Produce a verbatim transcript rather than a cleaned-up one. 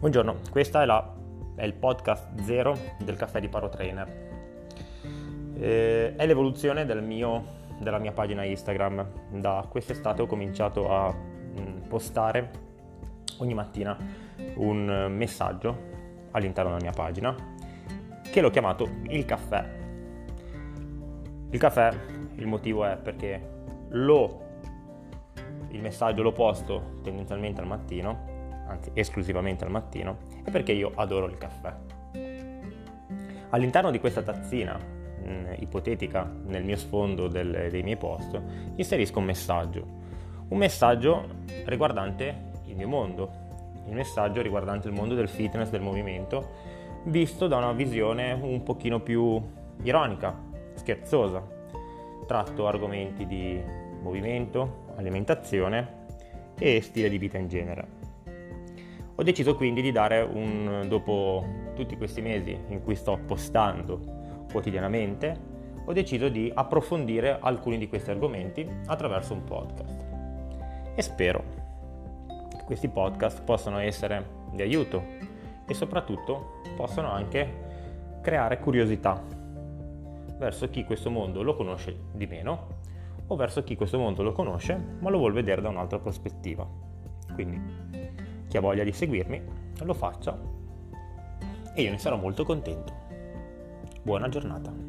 Buongiorno, questo è, la, è il podcast zero del caffè di Paro Trainer. Eh, è l'evoluzione del mio, della mia pagina Instagram. Da quest'estate ho cominciato a mh, postare ogni mattina un messaggio all'interno della mia pagina che l'ho chiamato il caffè. Il caffè, il motivo è perché lo, il messaggio lo posto tendenzialmente al mattino, anzi esclusivamente al mattino, e perché io adoro il caffè. All'interno di questa tazzina mh, ipotetica, nel mio sfondo del, dei miei post, inserisco un messaggio, un messaggio riguardante il mio mondo, il messaggio riguardante il mondo del fitness, del movimento, visto da una visione un pochino più ironica, scherzosa. Tratto argomenti di movimento, alimentazione e stile di vita in genere. Ho deciso quindi di dare un, dopo tutti questi mesi in cui sto postando quotidianamente, ho deciso di approfondire alcuni di questi argomenti attraverso un podcast. E spero che questi podcast possano essere di aiuto e soprattutto possano anche creare curiosità verso chi questo mondo lo conosce di meno o verso chi questo mondo lo conosce ma lo vuol vedere da un'altra prospettiva. Quindi chi ha voglia di seguirmi lo faccia e io ne sarò molto contento. Buona giornata.